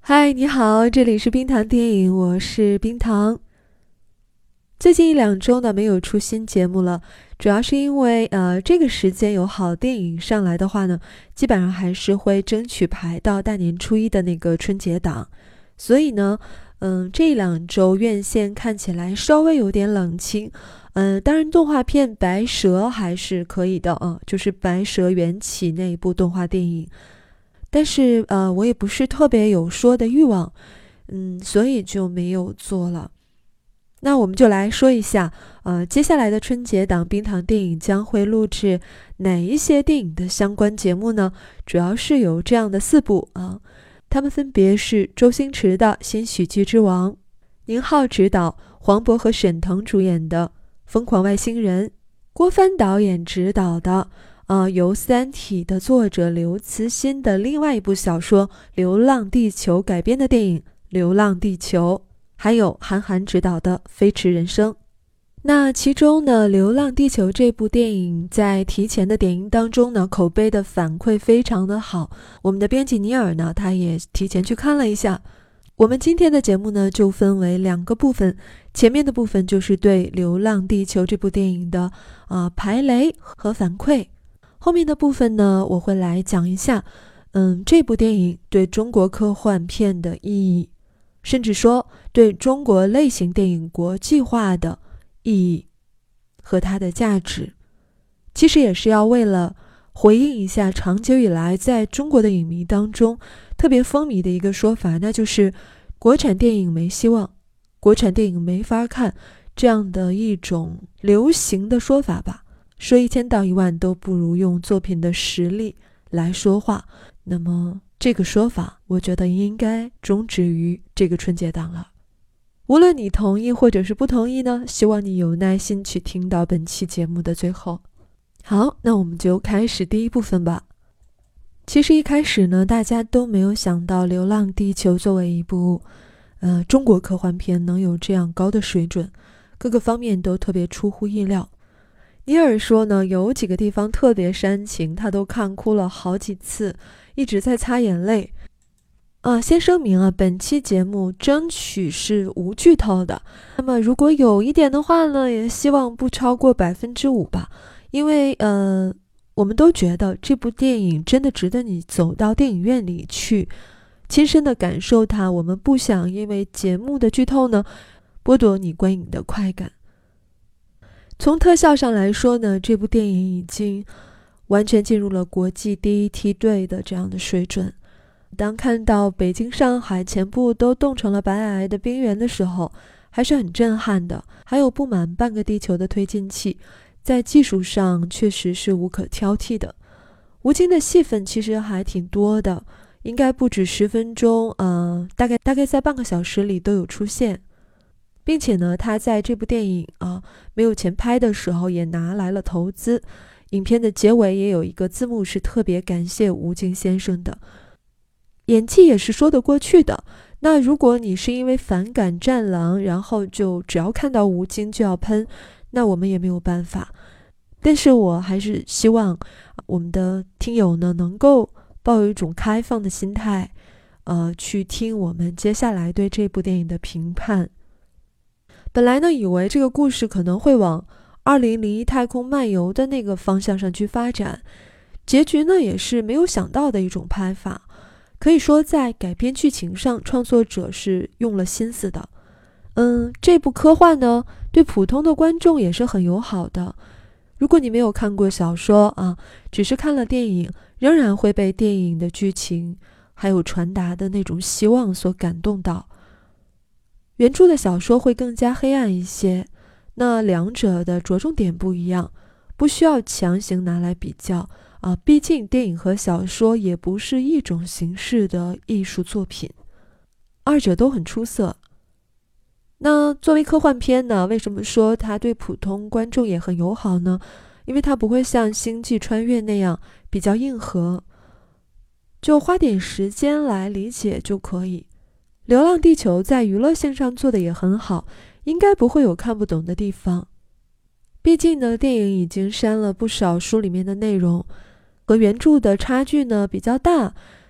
嗨，你好，这里是冰糖电影，我是冰糖。最近1-2周呢没有出新节目了，主要是因为这个时间有好电影上来的话呢，基本上还是会争取排到大年初一的那个春节档，所以呢，这1-2周院线看起来稍微有点冷清。当然动画片白蛇还是可以的就是白蛇缘起那一部动画电影。但是我也不是特别有说的欲望，所以就没有做了。那我们就来说一下接下来的春节档冰糖电影将会录制哪一些电影的相关节目呢？主要是有这样的4部他们分别是周星驰的新喜剧之王，宁浩执导，黄渤和沈腾主演的疯狂外星人，郭帆导演执导的由《三体》的作者刘慈欣的另外一部小说《流浪地球》改编的电影《流浪地球》，还有韩寒执导的《飞驰人生》。那其中呢，《流浪地球》这部电影在提前的点映当中呢，口碑的反馈非常的好。我们的编辑尼尔呢，他也提前去看了一下。我们今天的节目呢，就分为2个部分，前面的部分就是对《流浪地球》这部电影的排雷和反馈。后面的部分呢，我会来讲一下这部电影对中国科幻片的意义，甚至说对中国类型电影国际化的意义和它的价值。其实也是要为了回应一下长久以来在中国的影迷当中特别风靡的一个说法，那就是国产电影没希望，国产电影没法看，这样的一种流行的说法吧。说1000道1万都不如用作品的实力来说话，那么这个说法我觉得应该终止于这个春节档了。无论你同意或者是不同意呢，希望你有耐心去听到本期节目的最后。好，那我们就开始第一部分吧。其实一开始呢，大家都没有想到《流浪地球》作为一部中国科幻片能有这样高的水准，各个方面都特别出乎意料。尼尔说呢，有几个地方特别煽情，他都看哭了好几次，一直在擦眼泪。先声明本期节目争取是无剧透的，那么如果有一点的话呢，也希望不超过5%吧，因为我们都觉得这部电影真的值得你走到电影院里去亲身的感受它，我们不想因为节目的剧透呢剥夺你观影的快感。从特效上来说呢，这部电影已经完全进入了国际第一梯队的这样的水准。当看到北京、上海前部都冻成了白皑皑的冰原的时候，还是很震撼的。还有布满半个地球的推进器，在技术上确实是无可挑剔的。吴京的戏份其实还挺多的，应该不止10分钟，大概在半个小时里都有出现。并且呢，他在这部电影没有钱拍的时候也拿来了投资。影片的结尾也有一个字幕是特别感谢吴京先生的，演技也是说得过去的。那如果你是因为反感战狼，然后就只要看到吴京就要喷，那我们也没有办法。但是我还是希望我们的听友呢能够抱有一种开放的心态去听我们接下来对这部电影的评判。本来呢，以为这个故事可能会往2001太空漫游的那个方向上去发展，结局呢也是没有想到的一种拍法。可以说在改编剧情上，创作者是用了心思的。这部科幻呢，对普通的观众也是很友好的。如果你没有看过小说只是看了电影，仍然会被电影的剧情还有传达的那种希望所感动到。原著的小说会更加黑暗一些，那两者的着重点不一样，不需要强行拿来比较毕竟电影和小说也不是一种形式的艺术作品，二者都很出色。那作为科幻片呢，为什么说它对普通观众也很友好呢？因为它不会像星际穿越那样比较硬核，就花点时间来理解就可以。流浪地球在娱乐性上做的也很好，应该不会有看不懂的地方。毕竟呢，电影已经删了不少书里面的内容，和原著的差距呢比较大，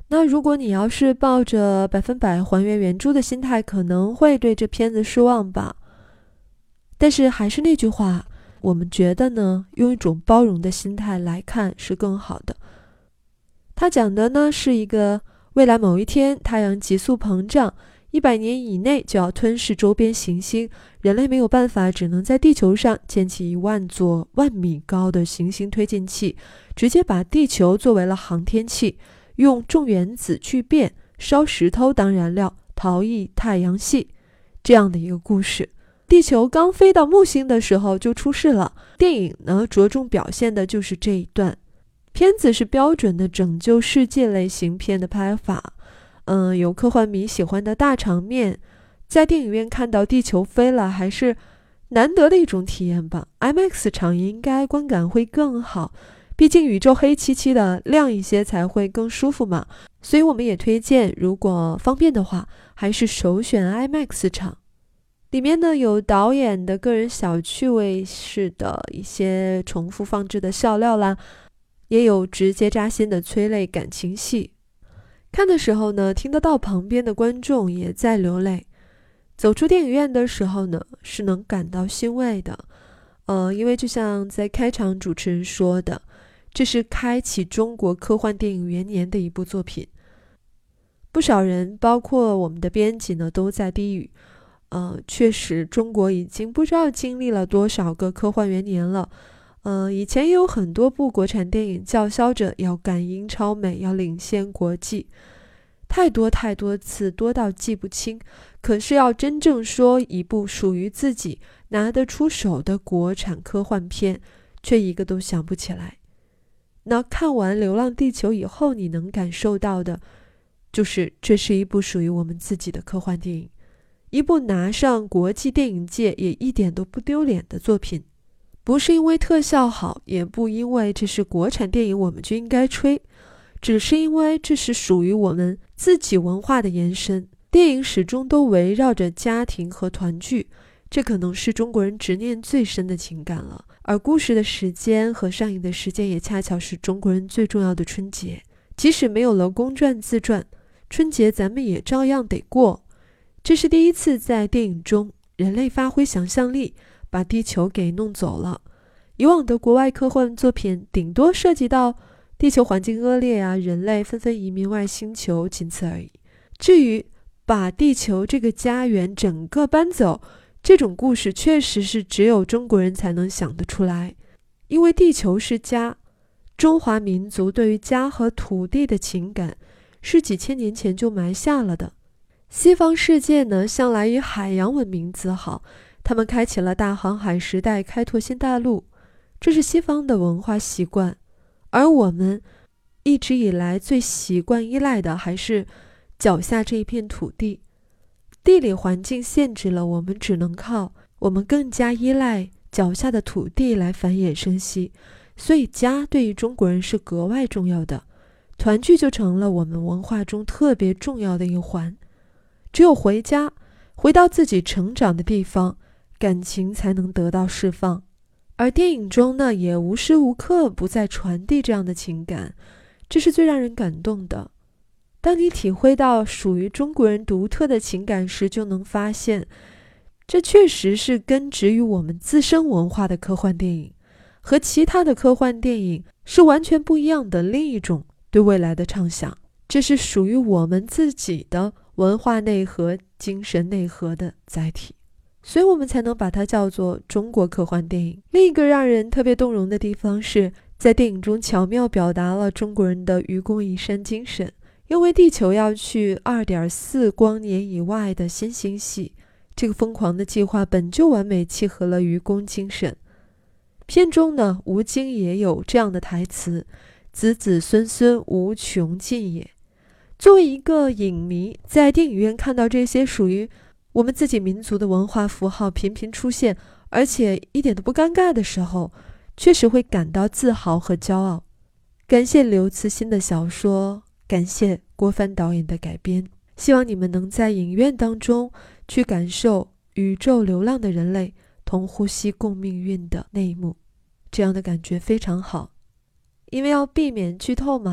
那如果你要是抱着100%还原原著的心态，可能会对这片子失望吧。但是还是那句话，我们觉得呢，用一种包容的心态来看是更好的。它讲的呢是一个未来某一天太阳急速膨胀，100年以内就要吞噬周边行星，人类没有办法，只能在地球上建起1万座1万米高的行星推进器，直接把地球作为了航天器，用重原子聚变，烧石头当燃料，逃逸太阳系，这样的一个故事。地球刚飞到木星的时候就出事了，电影呢着重表现的就是这一段。片子是标准的拯救世界类型片的拍法，有科幻迷喜欢的大场面，在电影院看到地球飞了还是难得的一种体验吧。 IMAX 场应该观感会更好，毕竟宇宙黑漆漆的，亮一些才会更舒服嘛。所以我们也推荐，如果方便的话，还是首选 IMAX 场。里面呢有导演的个人小趣味式的一些重复放置的笑料啦，也有直接扎心的催泪感情戏。看的时候呢，听得到旁边的观众也在流泪。走出电影院的时候呢，是能感到欣慰的。因为就像在开场主持人说的，这是开启中国科幻电影元年的一部作品。不少人，包括我们的编辑呢，都在低语。确实，中国已经不知道经历了多少个科幻元年了。以前也有很多部国产电影叫嚣着要赶英超美，要领先国际，太多次，多到记不清。可是要真正说一部属于自己拿得出手的国产科幻片，却一个都想不起来。那看完《流浪地球》以后，你能感受到的就是这是一部属于我们自己的科幻电影，一部拿上国际电影界也一点都不丢脸的作品。不是因为特效好，也不因为这是国产电影我们就应该吹，只是因为这是属于我们自己文化的延伸。电影始终都围绕着家庭和团聚，这可能是中国人执念最深的情感了。而故事的时间和上映的时间也恰巧是中国人最重要的春节。即使没有了公传自传，春节咱们也照样得过。这是第一次在电影中人类发挥想象力，把地球给弄走了。以往的国外科幻作品顶多涉及到地球环境恶劣啊，人类纷纷移民外星球，仅此而已。至于把地球这个家园整个搬走，这种故事确实是只有中国人才能想得出来。因为地球是家，中华民族对于家和土地的情感是几千年前就埋下了的。西方世界呢，向来以海洋文明自豪，他们开启了大航海时代，开拓新大陆，这是西方的文化习惯。而我们一直以来最习惯依赖的还是脚下这一片土地。地理环境限制了我们，只能靠我们更加依赖脚下的土地来繁衍生息。所以家对于中国人是格外重要的，团聚就成了我们文化中特别重要的一环。只有回家，回到自己成长的地方，感情才能得到释放。而电影中呢，也无时无刻不在传递这样的情感，这是最让人感动的。当你体会到属于中国人独特的情感时，就能发现，这确实是根植于我们自身文化的科幻电影，和其他的科幻电影是完全不一样的另一种对未来的畅想。这是属于我们自己的文化内核、精神内核的载体，所以我们才能把它叫做中国科幻电影。另一个让人特别动容的地方是，在电影中巧妙表达了中国人的愚公移山精神。因为地球要去 2.4 光年以外的新星系，这个疯狂的计划本就完美契合了愚公精神。片中呢，吴京也有这样的台词：子子孙孙无穷尽也。作为一个影迷，在电影院看到这些属于我们自己民族的文化符号频频出现，而且一点都不尴尬的时候，确实会感到自豪和骄傲。感谢刘慈欣的小说，感谢郭帆导演的改编，希望你们能在影院当中去感受宇宙流浪的人类同呼吸共命运的那一幕，这样的感觉非常好。因为要避免剧透嘛，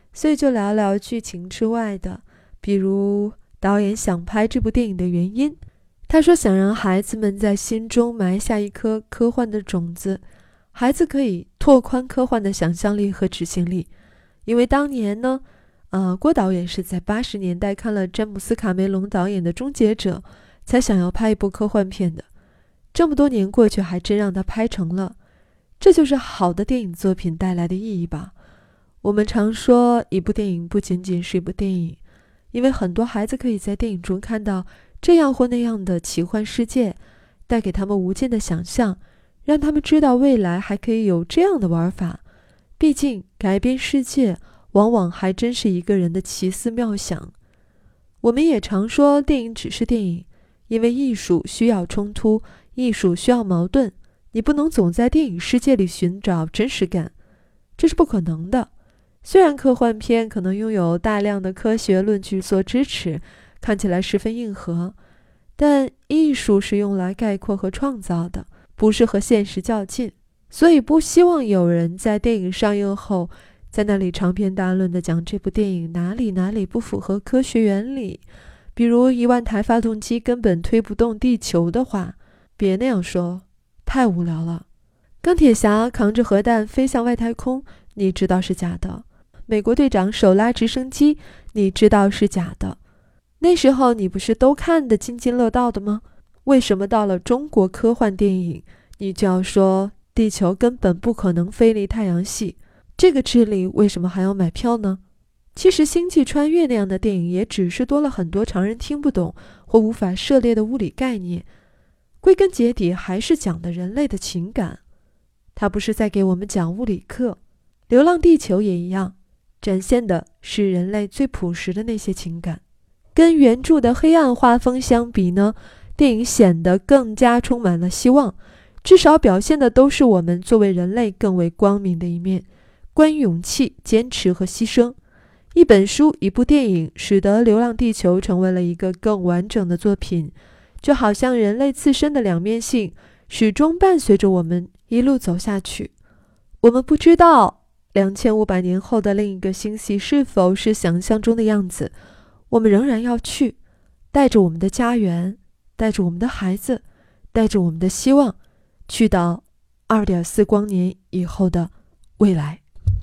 所以就聊聊剧情之外的，比如导演想拍这部电影的原因。他说想让孩子们在心中埋下一颗科幻的种子，孩子可以拓宽科幻的想象力和执行力。因为当年呢，郭导演是在80年代看了詹姆斯·卡梅隆导演的《终结者》，才想要拍一部科幻片的。这么多年过去，还真让他拍成了。这就是好的电影作品带来的意义吧。我们常说，一部电影不仅仅是一部电影，因为很多孩子可以在电影中看到这样或那样的奇幻世界，带给他们无尽的想象，让他们知道未来还可以有这样的玩法。毕竟改变世界往往还真是一个人的奇思妙想。我们也常说电影只是电影，因为艺术需要冲突，艺术需要矛盾，你不能总在电影世界里寻找真实感，这是不可能的。虽然科幻片可能拥有大量的科学论据做支持，看起来十分硬核，但艺术是用来概括和创造的，不是和现实较劲。所以不希望有人在电影上映后在那里长篇大论地讲这部电影哪里不符合科学原理，比如1万台发动机根本推不动地球的话，别那样说，太无聊了。钢铁侠扛着核弹飞向外太空，你知道是假的。美国队长手拉直升机，你知道是假的。那时候你不是都看得津津乐道的吗？为什么到了中国科幻电影，你就要说地球根本不可能飞离太阳系？这个智力为什么还要买票呢？其实星际穿越那样的电影也只是多了很多常人听不懂或无法涉猎的物理概念，归根结底还是讲的人类的情感。它不是在给我们讲物理课。流浪地球也一样，展现的是人类最朴实的那些情感。跟原著的黑暗画风相比呢，电影显得更加充满了希望，至少表现的都是我们作为人类更为光明的一面，关于勇气、坚持和牺牲。一本书、一部电影使得《流浪地球》成为了一个更完整的作品，就好像人类自身的两面性始终伴随着我们一路走下去。我们不知道2500年后的另一个星系是否是想象中的样子，我们仍然要去，带着我们的家园，带着我们的孩子，带着我们的希望，去到2.4光年以后的未来。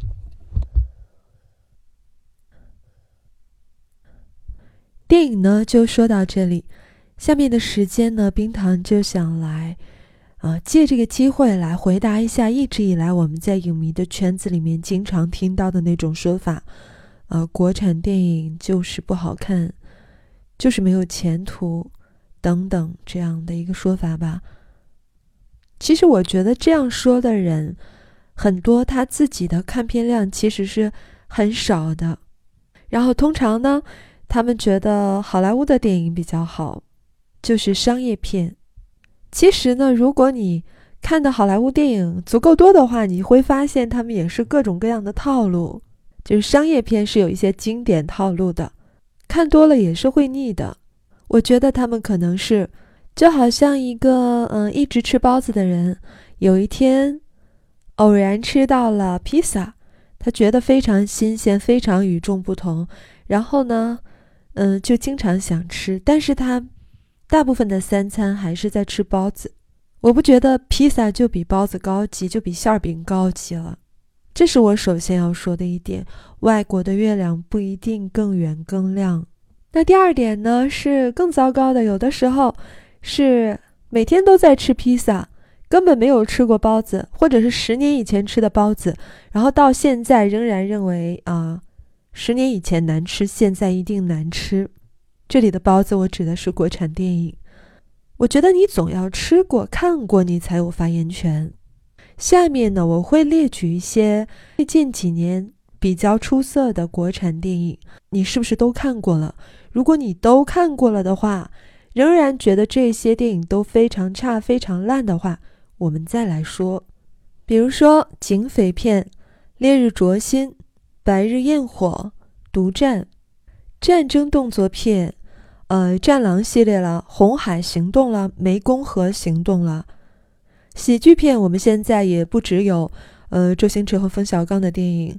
电影呢就说到这里，下面的时间呢，冰糖就想来借这个机会来回答一下一直以来我们在影迷的圈子里面经常听到的那种说法，国产电影就是不好看，就是没有前途等等这样的一个说法吧。其实我觉得这样说的人很多，他自己的看片量其实是很少的，然后通常呢他们觉得好莱坞的电影比较好，就是商业片。其实呢，如果你看的好莱坞电影足够多的话，你会发现他们也是各种各样的套路，就是商业片是有一些经典套路的，看多了也是会腻的。我觉得他们可能是就好像一个一直吃包子的人，有一天偶然吃到了披萨，他觉得非常新鲜，非常与众不同，然后呢就经常想吃，但是他大部分的3餐还是在吃包子。我不觉得披萨就比包子高级，就比馅饼高级了。这是我首先要说的一点，外国的月亮不一定更圆更亮。那第二点呢，是更糟糕的，有的时候是每天都在吃披萨，根本没有吃过包子，或者是10年以前吃的包子，然后到现在仍然认为10年以前难吃，现在一定难吃。这里的包子我指的是国产电影。我觉得你总要吃过看过，你才有发言权。下面呢，我会列举一些最近几年比较出色的国产电影，你是不是都看过了？如果你都看过了的话，仍然觉得这些电影都非常差非常烂的话，我们再来说。比如说警匪片，烈日灼心、白日焰火、独战。战争动作片，战狼系列了，红海行动了，湄公河行动了。喜剧片我们现在也不只有周星驰和冯小刚的电影，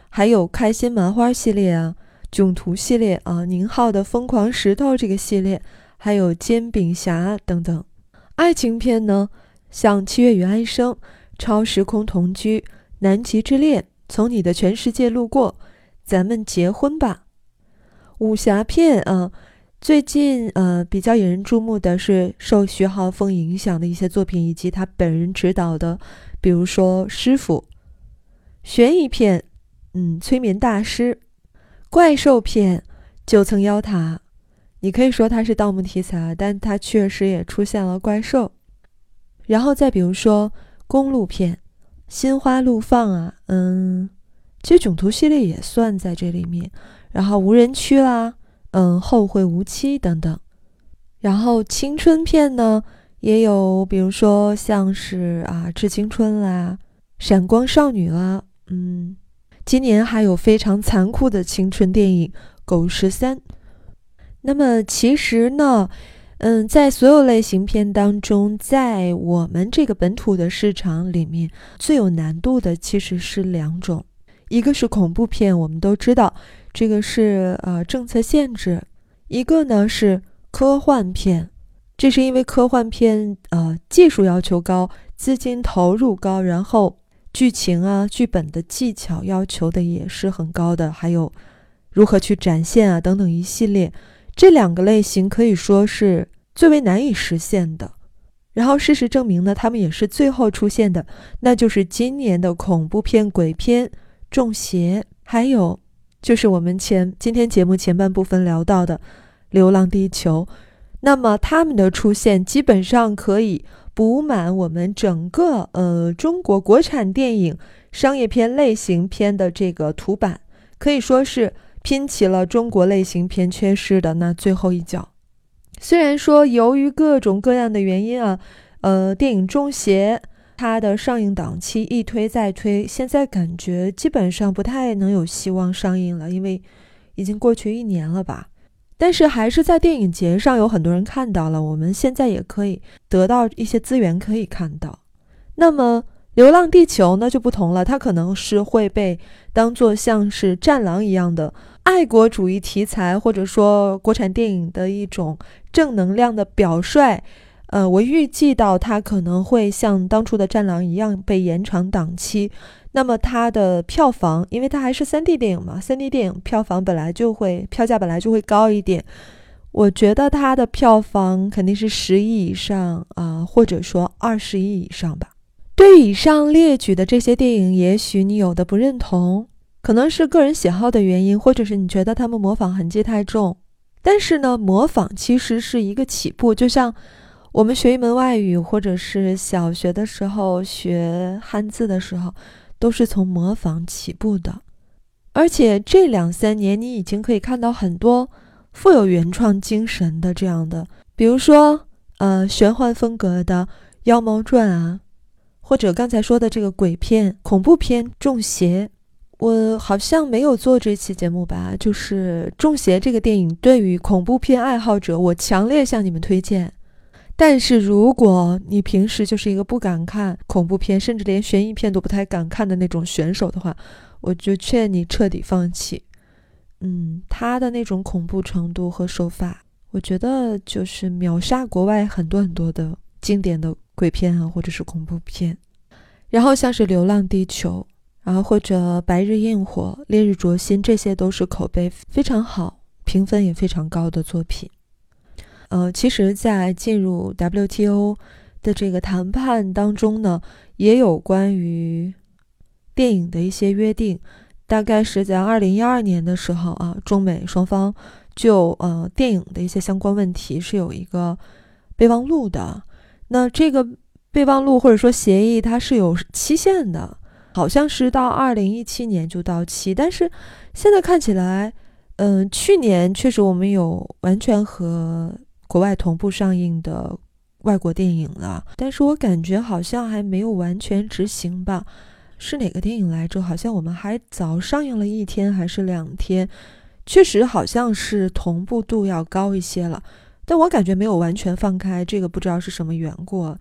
还有开心麻花系列啊、囧途系列啊、宁浩的疯狂石头这个系列，还有煎饼侠等等。爱情片呢，像七月与安生、超时空同居、南极之恋、从你的全世界路过、咱们结婚吧。武侠片啊，最近比较引人注目的是受徐浩峰影响的一些作品，以及他本人执导的，比如说师傅。悬疑片催眠大师。怪兽片九层妖塔，你可以说它是盗墓题材，但它确实也出现了怪兽。然后再比如说公路片，心花怒放啊，其实囧途系列也算在这里面。然后无人区啦，后会无期等等。然后青春片呢，也有比如说像是致青春啦、闪光少女啦，今年还有非常残酷的青春电影《狗13》。那么其实呢，在所有类型片当中，在我们这个本土的市场里面，最有难度的其实是两种，一个是恐怖片，我们都知道这个是政策限制；一个呢是科幻片，这是因为科幻片技术要求高，资金投入高，然后剧情啊、剧本的技巧要求的也是很高的，还有如何去展现啊等等一系列。这两个类型可以说是最为难以实现的。然后事实证明呢，他们也是最后出现的，那就是今年的恐怖片、鬼片、中邪，还有就是我们今天节目前半部分聊到的《流浪地球》。那么他们的出现基本上可以补满我们整个中国国产电影商业片类型片的这个图版，可以说是拼齐了中国类型片缺失的那最后一脚。虽然说由于各种各样的原因电影《中邪》它的上映档期一推再推，现在感觉基本上不太能有希望上映了，因为已经过去1年了吧。但是还是在电影节上有很多人看到了，我们现在也可以得到一些资源可以看到。那么流浪地球呢就不同了，它可能是会被当作像是战狼一样的爱国主义题材，或者说国产电影的一种正能量的表率。我预计到它可能会像当初的战狼一样被延长档期，那么它的票房，因为它还是 3D 电影嘛， 3D 电影票价本来就会高一点，我觉得它的票房肯定是10亿以上或者说20亿以上吧。对于以上列举的这些电影，也许你有的不认同，可能是个人喜好的原因，或者是你觉得他们模仿痕迹太重。但是呢，模仿其实是一个起步，就像我们学一门外语，或者是小学的时候学汉字的时候，都是从模仿起步的。而且这2-3年你已经可以看到很多富有原创精神的这样的，比如说玄幻风格的妖猫传啊，或者刚才说的这个鬼片、恐怖片中邪。我好像没有做这期节目吧，就是中邪这个电影，对于恐怖片爱好者我强烈向你们推荐。但是如果你平时就是一个不敢看恐怖片，甚至连悬疑片都不太敢看的那种选手的话，我就劝你彻底放弃。他的那种恐怖程度和手法，我觉得就是秒杀国外很多很多的经典的鬼片或者是恐怖片。然后像是《流浪地球》，然后或者《白日焰火》、《烈日灼心》，这些都是口碑非常好、评分也非常高的作品。其实在进入 WTO 的这个谈判当中呢，也有关于电影的一些约定。大概是在2012年的时候中美双方就电影的一些相关问题是有一个备忘录的。那这个备忘录或者说协议它是有期限的，好像是到2017年就到期，但是现在看起来去年确实我们有完全和国外同步上映的外国电影了，但是我感觉好像还没有完全执行吧。是哪个电影来着？好像我们还早上映了1天还是2天，确实好像是同步度要高一些了，但我感觉没有完全放开，这个不知道是什么缘故。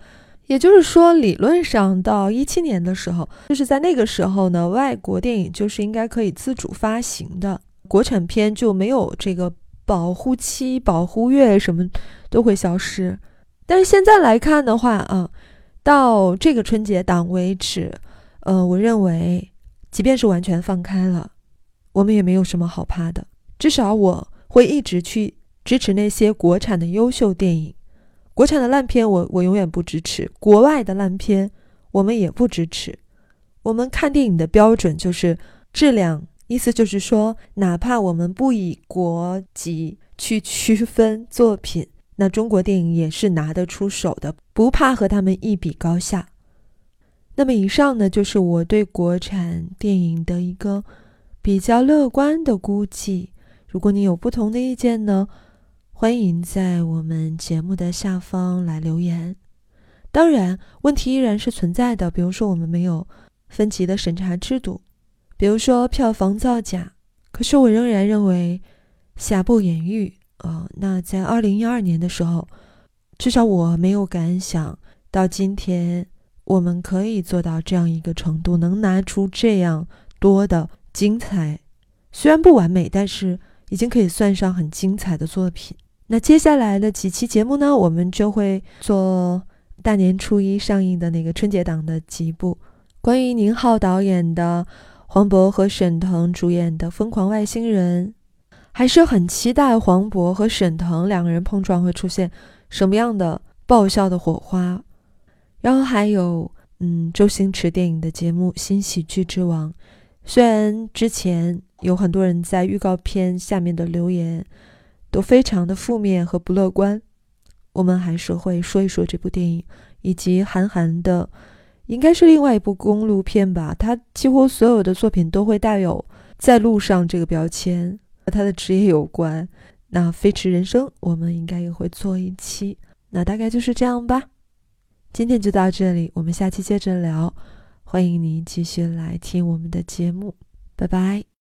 也就是说，理论上到17年的时候，就是在那个时候呢，外国电影就是应该可以自主发行的，国产片就没有这个保护期、保护月什么都会消失。但是现在来看的话到这个春节档为止，我认为即便是完全放开了，我们也没有什么好怕的。至少我会一直去支持那些国产的优秀电影。国产的烂片我永远不支持，国外的烂片我们也不支持。我们看电影的标准就是质量，意思就是说，哪怕我们不以国籍去区分作品，那中国电影也是拿得出手的，不怕和他们一比高下。那么以上呢，就是我对国产电影的一个比较乐观的估计。如果你有不同的意见呢，欢迎在我们节目的下方来留言。当然，问题依然是存在的，比如说我们没有分级的审查制度，比如说票房造假。可是我仍然认为瑕不掩瑜那在2012年的时候，至少我没有敢想到今天我们可以做到这样一个程度，能拿出这样多的精彩，虽然不完美，但是已经可以算上很精彩的作品。那接下来的几期节目呢，我们就会做大年初一上映的那个春节档的几部，关于宁浩导演的，黄渤和沈腾主演的《疯狂外星人》，还是很期待黄渤和沈腾两个人碰撞会出现什么样的爆笑的火花。然后还有周星驰电影的节目《新喜剧之王》，虽然之前有很多人在预告片下面的留言都非常的负面和不乐观，我们还是会说一说这部电影，以及韩寒的应该是另外一部公路片吧，他几乎所有的作品都会带有在路上这个标签，和他的职业有关。那飞驰人生我们应该也会做一期，那大概就是这样吧。今天就到这里，我们下期接着聊，欢迎你继续来听我们的节目，拜拜。